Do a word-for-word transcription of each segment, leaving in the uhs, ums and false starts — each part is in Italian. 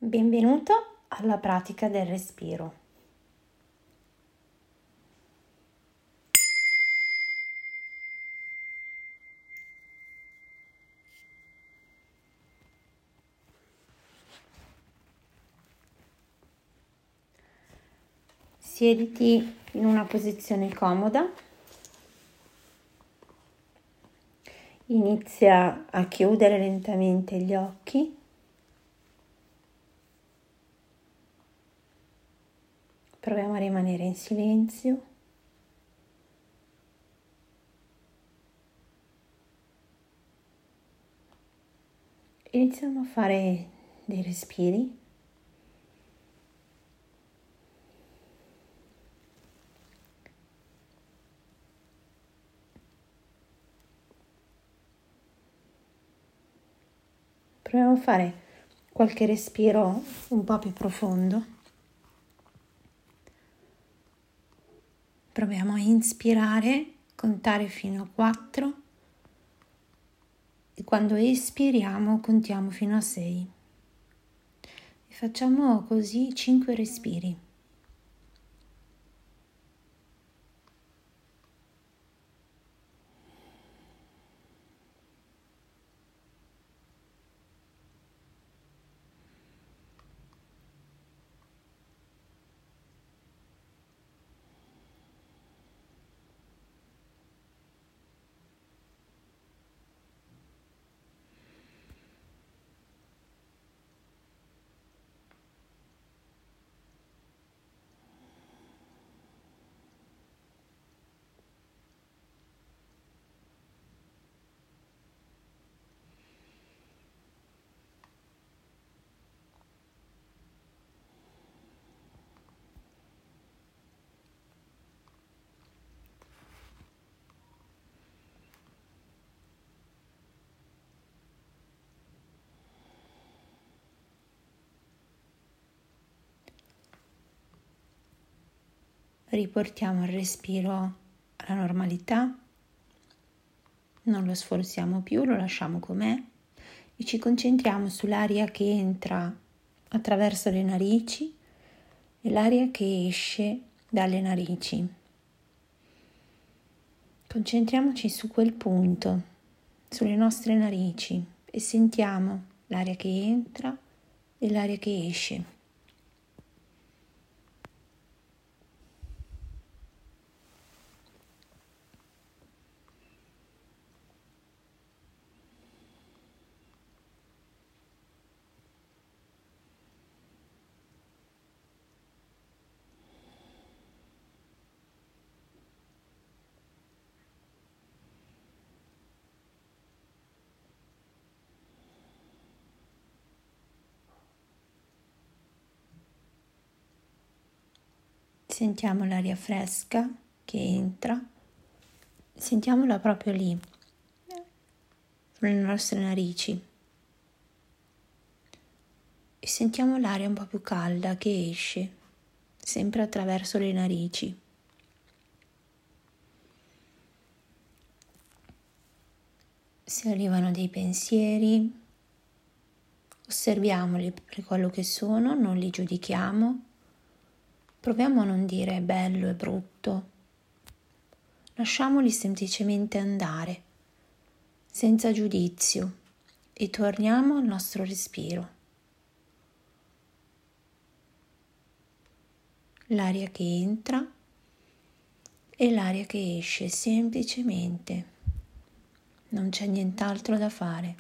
Benvenuto alla pratica del respiro. Siediti in una posizione comoda. Inizia a chiudere lentamente gli occhi. Proviamo a rimanere in silenzio. Iniziamo a fare dei respiri. Proviamo a fare qualche respiro un po' più profondo. Proviamo a inspirare, contare fino a quattro e quando espiriamo contiamo fino a sei. E facciamo così cinque respiri. Riportiamo il respiro alla normalità, non lo sforziamo più, lo lasciamo com'è e ci concentriamo sull'aria che entra attraverso le narici e l'aria che esce dalle narici. Concentriamoci su quel punto, sulle nostre narici e sentiamo l'aria che entra e l'aria che esce. Sentiamo l'aria fresca che entra, sentiamola proprio lì, sulle nostre narici. E sentiamo l'aria un po' più calda che esce, sempre attraverso le narici. Se arrivano dei pensieri, osserviamoli per quello che sono, non li giudichiamo. Proviamo a non dire bello e brutto. Lasciamoli semplicemente andare, senza giudizio, e torniamo al nostro respiro. L'aria che entra e l'aria che esce, semplicemente. Non c'è nient'altro da fare.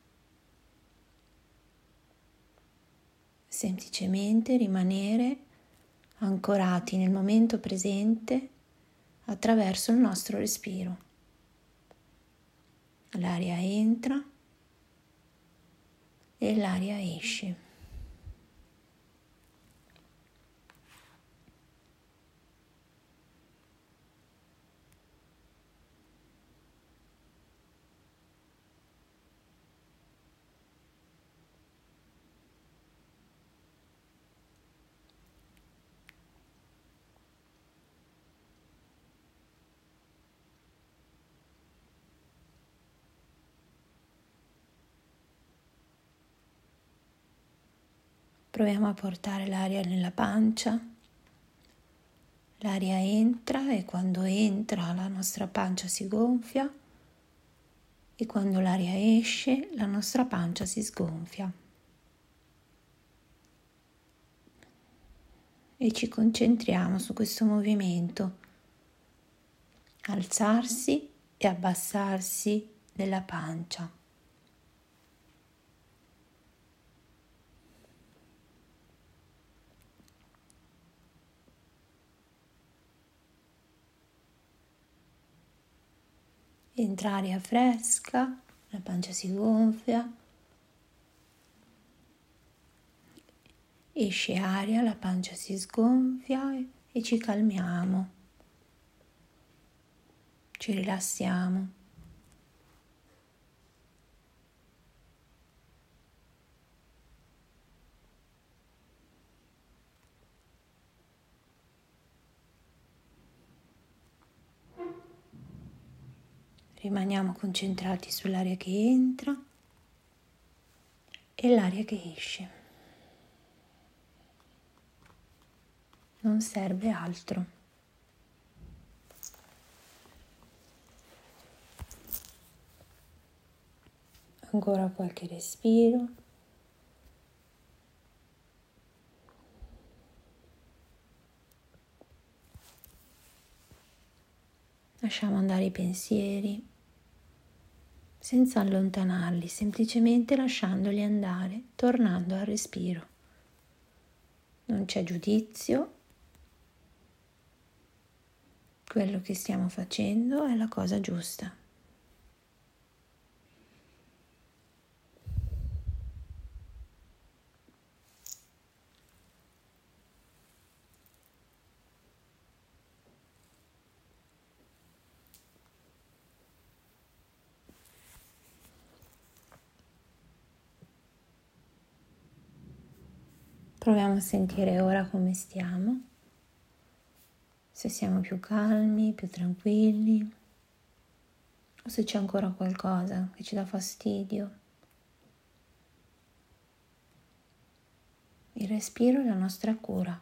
Semplicemente rimanere ancorati nel momento presente attraverso il nostro respiro. L'aria entra e l'aria esce. Proviamo a portare l'aria nella pancia. L'aria entra e quando entra la nostra pancia si gonfia e quando l'aria esce la nostra pancia si sgonfia. E ci concentriamo su questo movimento, alzarsi e abbassarsi della pancia. Entra aria fresca, la pancia si gonfia, esce aria, la pancia si sgonfia e ci calmiamo, ci rilassiamo. Rimaniamo concentrati sull'aria che entra e l'aria che esce. Non serve altro. Ancora qualche respiro. Lasciamo andare i pensieri senza allontanarli, semplicemente lasciandoli andare, tornando al respiro. Non c'è giudizio. Quello che stiamo facendo è la cosa giusta. Proviamo a sentire ora come stiamo, se siamo più calmi, più tranquilli, o se c'è ancora qualcosa che ci dà fastidio. Il respiro è la nostra cura.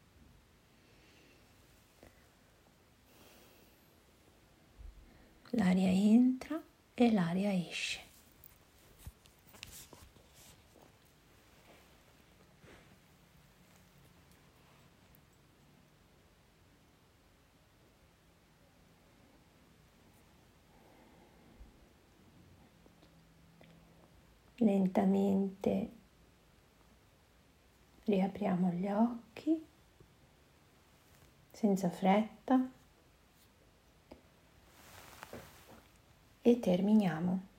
L'aria entra e l'aria esce. Lentamente riapriamo gli occhi, senza fretta, e terminiamo.